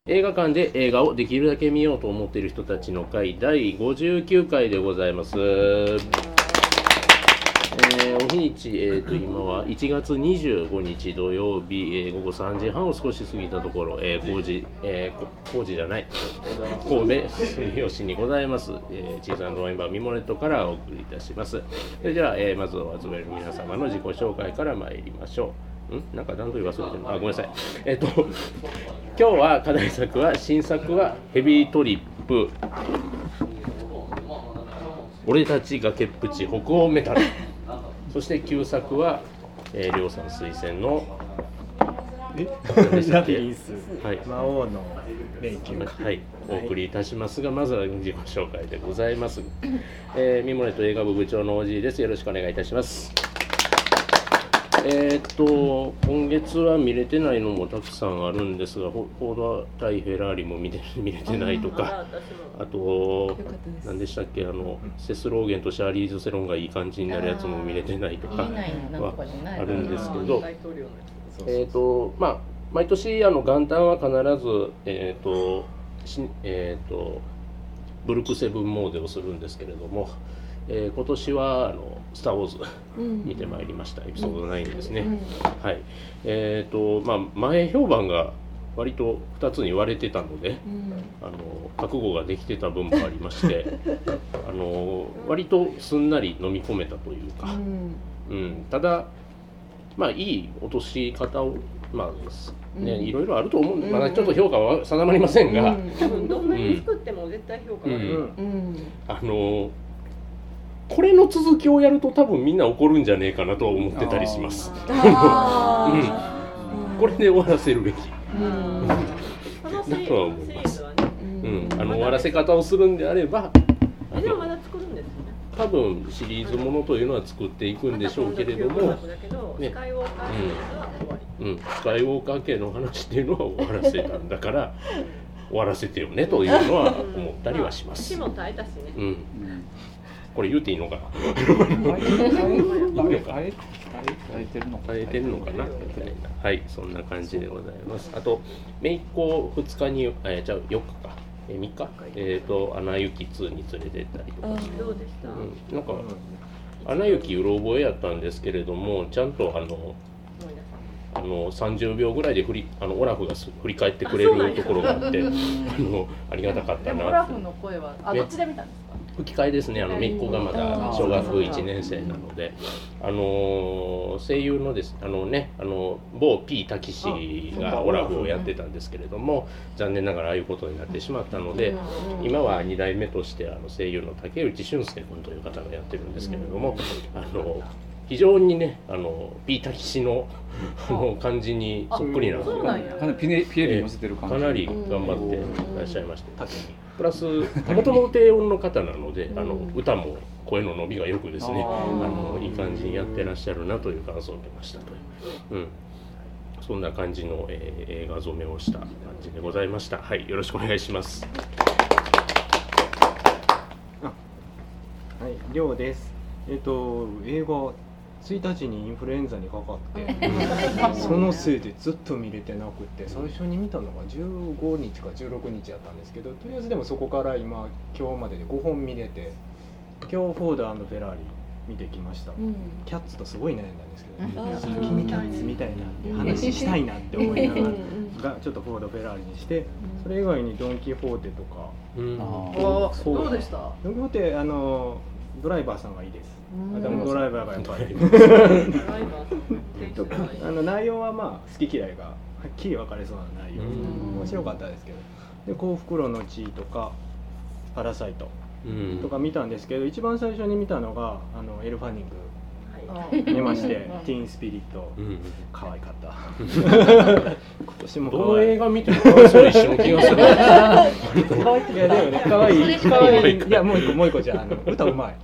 映画館で映画をできるだけ見ようと思っている人たちの会第59回でございます。お日にち、今は1月25日土曜日、午後3時半を少し過ぎたところ、工事じゃない神戸住吉にございます、小さなドライバーミモレットからお送りいたします。それでは、まずお集める皆様の自己紹介から参りましょう。なんか段取り忘れてる。ごめんなさい。今日は課題作は新作はヘビートリップ、俺たち崖っぷち北欧メタル、そして旧作は、りょうさん推薦のラビリンス、 はい、 魔王の迷宮、 はい、お送りいたしますが、まずは自己紹介でございます。ミモレット映画部部長のおじいです。よろしくお願いいたします。今月は見れてないのもたくさんあるんですが、フォード対フェラーリも見れてないとか、あと何でしたっけ、セスローゲンとシャーリーズ・セロンがいい感じになるやつも見れてないとかはあるんですけど、まあ毎年元旦は必ずブルクセブンモーデをするんですけれども、今年はスター・ウォーズ見てまいりました。エピソード9ですね。はい。前評判が割と2つに割れてたので、覚悟ができてた分もありまして割とすんなり飲み込めたというか、ただいい落とし方をいろいろあると思うんで、まだちょっと評価は定まりませんが、 多分どんなに作っても絶対評価がある。 これの続きをやると多分みんな怒るんじゃねえかなとは思ってたりします。これで終わらせるべきだとは思います。終わらせ方をするんであれば、 でもまだ作るんですよね。 多分シリーズものというのは作っていくんでしょうけれども、 スカイウォーカー系は終わり。 スカイウォーカー系の話っていうのは終わらせたんだから終わらせてよねというのは思ったりはします。 死も耐えたしね。 これ言うていいのかな。耐えてるのかな。はい、そんな感じでございます。あと姪っ子2日に4日か3日アナ雪2に連れてったりとか。 どうでした？ なんかアナ雪うろ覚えやったんですけれども、ちゃんと30秒ぐらいでオラフが振り返ってくれるところがあってありがたかったなって。 でもオラフの声はどっちで見たんですか？ 吹き替えですね。姪っ子がまだ小学1年生なので、声優のです某 P タキシがオラフをやってたんですけれども、残念ながらああいうことになってしまったので、今は2代目として声優の竹内俊介君という方がやってるんですけれども、非常にねP タキシの感じにそっくりなので、 かなりピエールに寄せてる感じ、 かなり頑張っていらっしゃいまして、プラスもともと低音の方なので歌も声の伸びがよくですね、いい感じにやってらっしゃるなという感想を受けましたという、そんな感じの、映画染めをした感じでございました。はい、よろしくお願いします。 はい、りょうです。映画1日にインフルエンザにかかってそのせいでずっと見れてなくて、最初に見たのが15日か16日やったんですけど、とりあえずでもそこから今日までで5本見れて、今日フォード&フェラーリ見てきました。キャッツとすごい悩んだんですけど、先にキャッツみたいな話したいなって思いながらちょっとフォード・フェラーリにして、それ以外にドン・キホーテとか。 どうでした？ ドン・キホーテドライバーさんがいいです。でもドライバーがやっぱり内容は好き嫌いがはっきり分かれそうな内容、面白かったですけど、で幸福論の地位とかパラサイトとか見たんですけど、一番最初に見たのがエル・ファニング見まして、ティーンスピリット、可愛かった。今年もどの映画見ても可愛そうに一緒の気がする。 いやでもね、可愛い。いやもう一個じゃ歌うまい。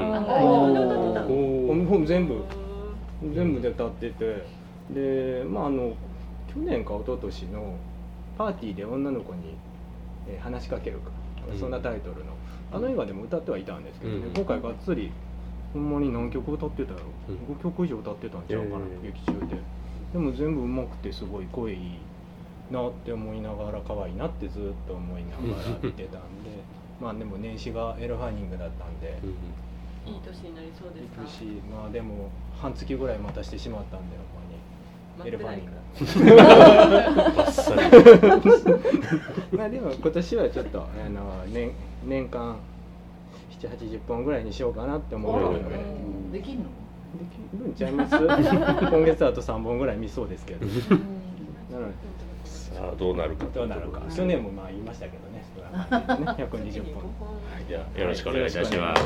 全部で歌ってて、で去年か一昨年のパーティーで女の子に話しかけるか、そんなタイトルの映画でも歌ってはいたんですけどね、今回がっつりほんまに何曲歌ってたやろ、5曲以上歌ってたんちゃうかな、劇中で。でも全部うまくてすごい声いいなって思いながら可愛いなってずっと思いながら見てたんでまあでも年始がエル・ファーニングだったんで、 いい年になりそうですか。 いい年、まあでも半月ぐらい待たしてしまったんでほんまにエル・ファーニングバッサリまあでも今年はちょっと年間780本ぐらいにしようかなって思ってるのでできんの？ できるんちゃいます今月あと3本ぐらい見そうですけどなのでさあどうなるかどうなるか去年もまあ言いましたけどね120本じゃあよろしくお願いいたします。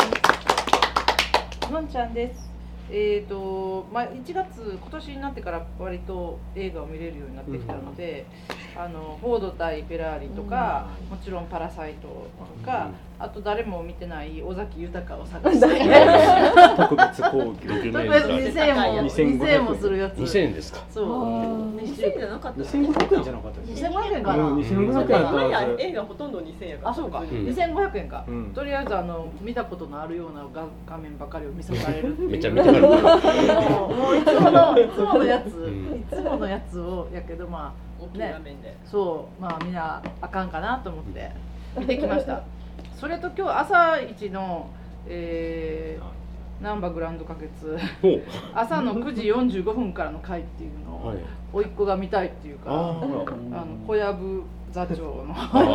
のんちゃんです。まあ、1月今年になってから割と映画を見れるようになってきたので、フォード対フェラーリとか、もちろんパラサイトとか、あと誰も見てない尾崎豊を探して特別高級特別 2000円もするやつ。 2000円ですか。 そう。 2000円じゃなかった。 2500円じゃなかったです 2500円かな。 2500円だったはず。 映画ほとんど2000円やから。 あ、そうか。2500円か。とりあえず見たことのあるような画面ばかりを見せられる。 めっちゃ見てる。 もういつものやつをやけどまあね、そうまあみんなあかんかなと思って見てきました。それと今日朝一のなんばグランド花月朝の9時45分からの回っていうのを甥っ子が見たいっていうか小籔座長の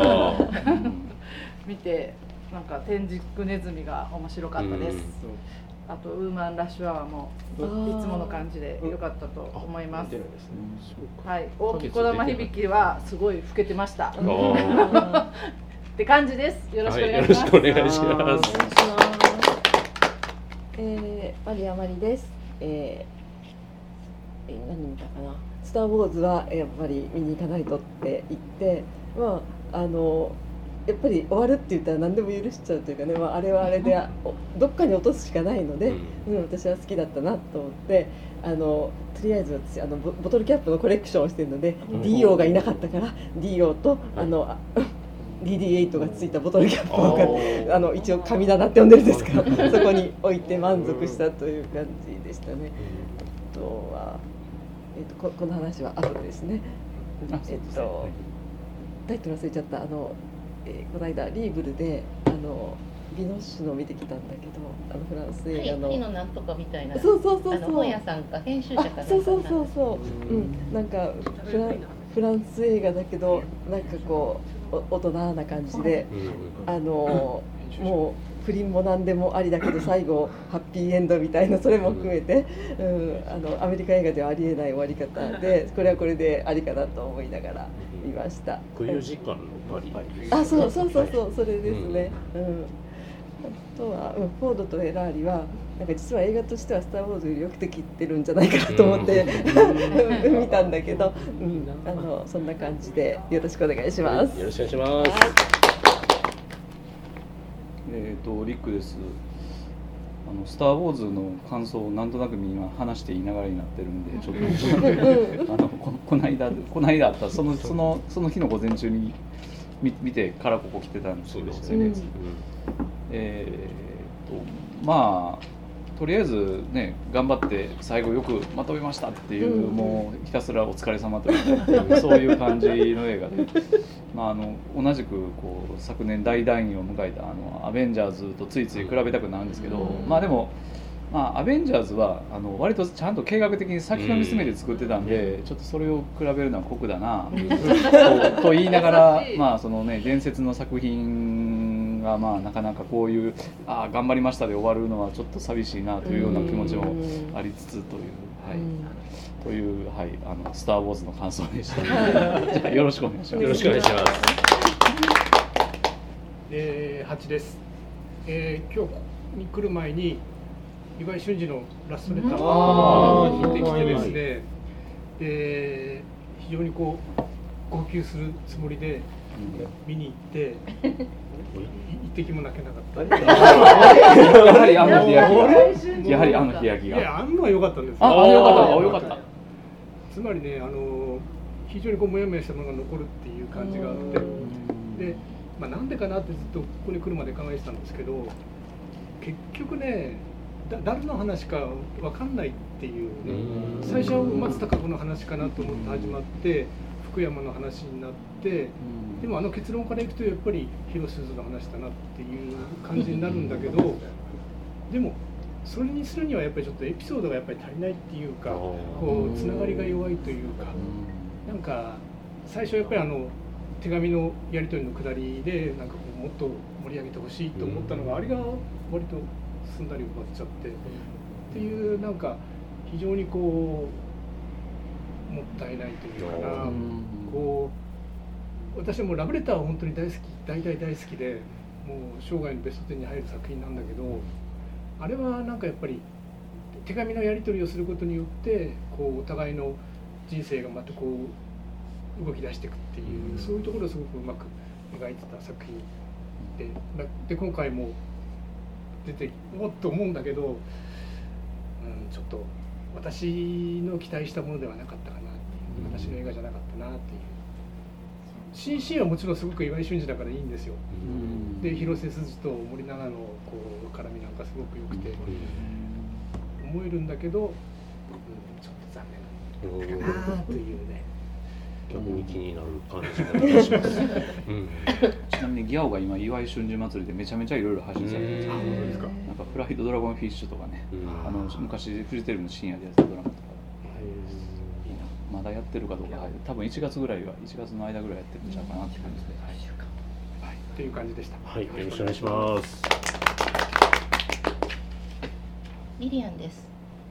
見てなんか天竺ネズミが面白かったです。あとウーマンラッシュアワーもいつもの感じで良かったと思います。はい、大木こだま響きはすごい老けてました。って感じです。よろしくお願いします。 よろしくお願いします。 マリアマリです。何見たかな。スターウォーズはやっぱり見に行かないとって言って、まあやっぱり終わるって言ったら何でも許しちゃうというかね、まあ、あれはあれでどっかに落とすしかないので、私は好きだったなと思ってとりあえず私ボトルキャップのコレクションをしてるので、DO がいなかったから DO とDD8 がついたボトルキャップを一応神棚って呼んでるんですがそこに置いて満足したという感じでしたね。あとは、この話は後でですね。タイトル忘れちゃった。この間リーブルでビノッシュの見てきたんだけどフランス映画の、 はい、のなんとかみたいなそう本屋さんか編集者かなんかそうなんかフランス映画だけどなんかこう大人な感じでもう不倫も何でもありだけど最後ハッピーエンドみたいなそれも含めて、アメリカ映画ではありえない終わり方でこれはこれでありかなと思いながら見ました。 冬時間のパリ。 あ、そうそれですね。あとはフォードとフェラーリはなんか実は映画としてはスター・ウォーズよりよくできてるんじゃないかなと思って見たんだけど、そんな感じでよろしくお願いします。 よろしくお願いします。 リックです。スター・ウォーズの感想をなんとなく今話していながらになってるんでちょっとこの間あったその日の午前中に見てからここ来てたんですけど、まあとりあえずね頑張って最後よくまとめましたっていう、もうひたすらお疲れ様というそういう感じの映画で、同じくこう昨年大団円を迎えたアベンジャーズとついつい比べたくなるんですけど、でもアベンジャーズは割とちゃんと計画的に先の見つめて作ってたんで、ちょっとそれを比べるのは酷だなと言いながら、そのね伝説の作品がなかなかこういう頑張りましたで終わるのはちょっと寂しいなというような気持ちもありつつというスター・ウォーズの感想でした。じゃあよろしくお願いします。 よろしくお願いします。 8です。今日に来る前に岩井俊二のラストレターを聞いてきてですね、非常にこう号泣するつもりで見に行って一滴も泣けなかった。 やはりあの日焼きが。 いや、あんのは良かったんです。 良かった。 つまりね、非常にこうモヤモヤしたものが残るっていう感じがあって、で、なんでかなってずっとここに来るまで考えてたんですけど、結局ね、誰の話か分かんないっていうね、最初は松たか子の話かなと思って始まって、 福山の話になって、でも結論からいくとやっぱり広瀬すずの話だなっていう感じになるんだけど、でもそれにするにはやっぱりちょっとエピソードがやっぱり足りないっていうか、こうつながりが弱いというか、なんか最初やっぱり手紙のやり取りのくだりでなんかこうもっと盛り上げてほしいと思ったのが、あれが割とすんなり埋まっちゃってっていう、なんか非常にこうもったいないというかな、こう私はもうラブレターは本当に大好き、大好きで、もう生涯のベスト10に入る作品なんだけど、あれはなんかやっぱり手紙のやり取りをすることによってこうお互いの人生がまたこう動き出していくっていう、そういうところをすごくうまく描いてた作品で、今回も出てもっと思うんだけど、ちょっと私の期待したものではなかったかなっていう、私の映画じゃなかったなっていう。新シーンはもちろんすごく岩井俊二だからいいんですよ。で広瀬すずと森七菜のこう絡みなんかすごく良くて思えるんだけど、ちょっと残念かなというね。 逆に気になる感じがします。 ちなみにギャオが今岩井俊二祭りでめちゃめちゃいろいろ配信されてるんです。なんかフライドドラゴンフィッシュとかね、昔フジテレビの深夜でやってたドラマとか、いいな、まだやってるかどうか、多分1月ぐらいは1月の間ぐらいやってるんちゃうかなって感じで、 っていう感じでした。 はい、よろしくお願いします。 リリアンです。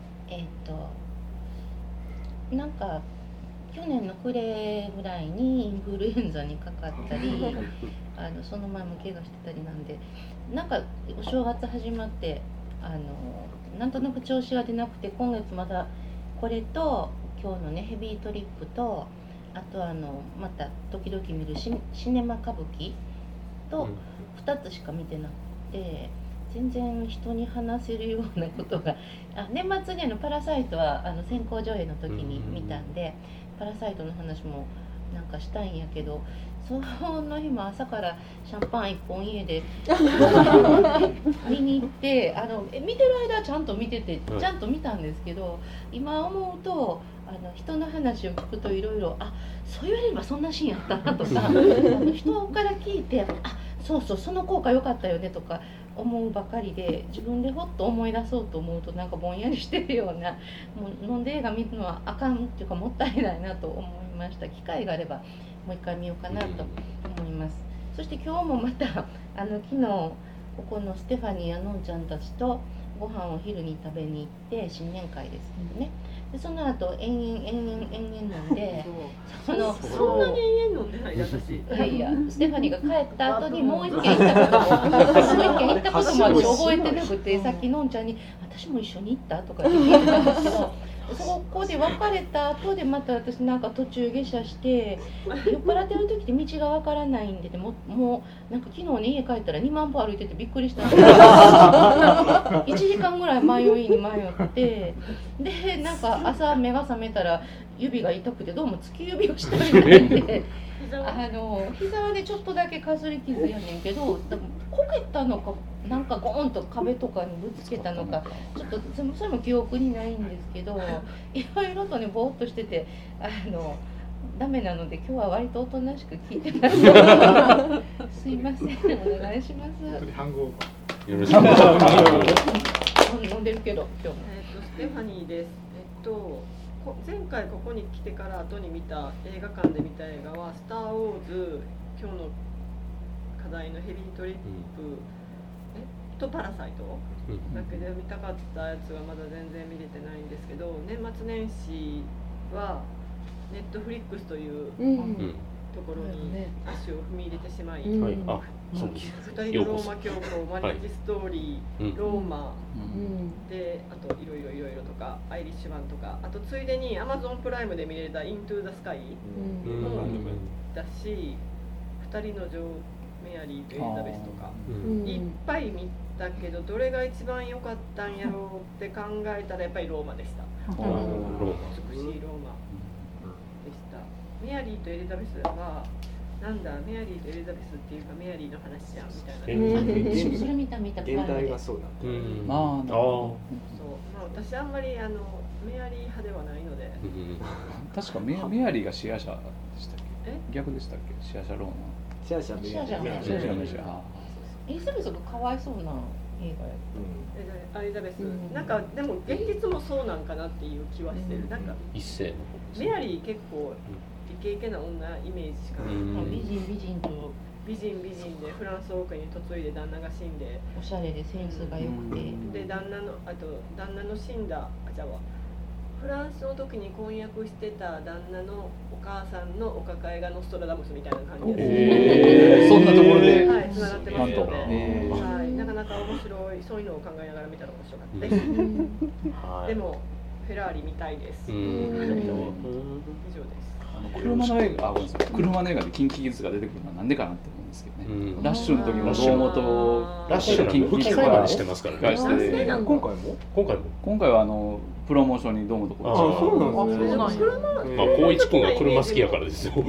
なんか去年の暮れぐらいにインフルエンザにかかったりその前も怪我してたりなんで、なんかお正月始まってなんとなく調子が出なくて、今月まだこれと今日のねヘビートリップと、あとまた時々見るシネマ歌舞伎と2つしか見てなくて、全然人に話せるようなことが年末にパラサイトは先行上映の時に見たんで、パラサイトの話もなんかしたいんやけど、その日も朝からシャンパン1本家で見に行って見てる間はちゃんと見ててちゃんと見たんですけど、今思うと人の話を聞くといろいろそう言われればそんなシーンやったなとか人から聞いてそうその効果良かったよねとか思うばかりで、自分でほっと思い出そうと思うとなんかぼんやりしてるような、もう飲んで映画見るのはあかんっていうかもったいないなと思いました。機会があればもう一回見ようかなと思います。そして今日もまた昨日ここのステファニーやのんちゃんたちとご飯を昼に食べに行って新年会ですけどね、でその後延々飲んでそんなに延々飲んでない私。 いやステファニーが帰った後にもう一軒行ったことも私覚えてなくて、さっきのんちゃんに私も一緒に行ったとかって聞いてたんですけど、そこで別れた後でまた私なんか途中下車して酔っ払ってる時って道がわからないんで、もうなんか昨日ね家帰ったら2万歩歩いててびっくりしたんです1時間ぐらい迷ってでなんか朝目が覚めたら指が痛くてどうも突き指をしたみたいで膝はねちょっとだけかすり傷やねんけど、こけたのかなんかゴーンと壁とかにぶつけたのかちょっとそれも記憶にないんですけど、いろいろとねぼーっとしててダメなので今日は割とおとなしく聞いてますすいません、お願いします。 半号よろしくお願いします飲んでるけど今日ステファニーです。前回ここに来てから後に見た映画館で見た映画はスター・ウォーズ、今日の課題のヘビートリップ、とパラサイトだけで見たかったやつはまだ全然見れてないんですけど、年末年始はネットフリックスというところに足を踏み入れてしまい、 そう 2人のローマ教皇、マリッジストーリー、ローマで、あといろいろとかアイリッシュマンとか、あとついでに Amazon プライムで見れたイントゥーザスカイもだし、2人の女王メアリーとエリザベスとかいっぱい見たけど、どれが一番良かったんやろうって考えたらやっぱりローマでした。美しいローマでした。メアリーとエリザベスはなんだメアリーとエリザベスっていうかメアリーの話じゃんみたいな。 それ見た現代がそうだった。 まあそう、まあ私あんまりメアリー派ではないので。 確かメアリーがシアシャでしたっけ？逆でしたっけ？シアシャローナ。 シアシャメアリー。 エリザベスがかわいそうな映画や。 エリザベス、なんかでも現実もそうなんかなっていう気はしてる。なんか一世のメアリー結構イケイケな女イメージしかない。 美人と美人でフランス王家に嫁いで旦那が死んで、 おしゃれでセンスが良くて、 で旦那の死んだフランスの時に婚約してた旦那のお母さんのお抱えがノストラダムスみたいな感じです。そんなところでつながってますので、はい、なかなか面白い、そういうのを考えながら見たら面白かったです。でもフェラーリ見たいです。以上です。 車の映画でキンキキッズが出てくるのはなんでかなって思うんですけどね。ラッシュの時も堂本ラッシュキンキキッズがしてますからね。 今回はプロモーションに堂本君。 そうなんですね。 まあ光一君は車好きやからですよ。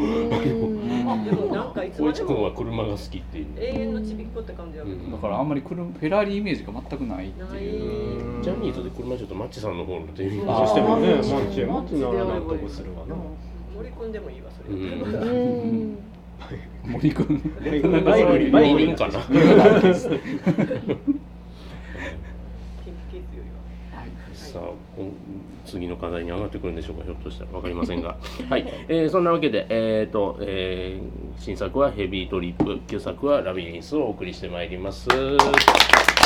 光一君は車が好きっていう。 永遠のちびっこって感じだ。 だからあんまりフェラーリイメージが全くないっていう。 ジャニーズで車ちょっとマッチさんの方のデビューしてもね、マッチなら納得するわな。 森君でもいいわそれ。 森君。 バイブルかな。さあ次の課題に上がってくるんでしょうか、ひょっとしたら分かりませんがはい、そんなわけで、新作はヘビートリップ、旧作はラビリンスをお送りしてまいります。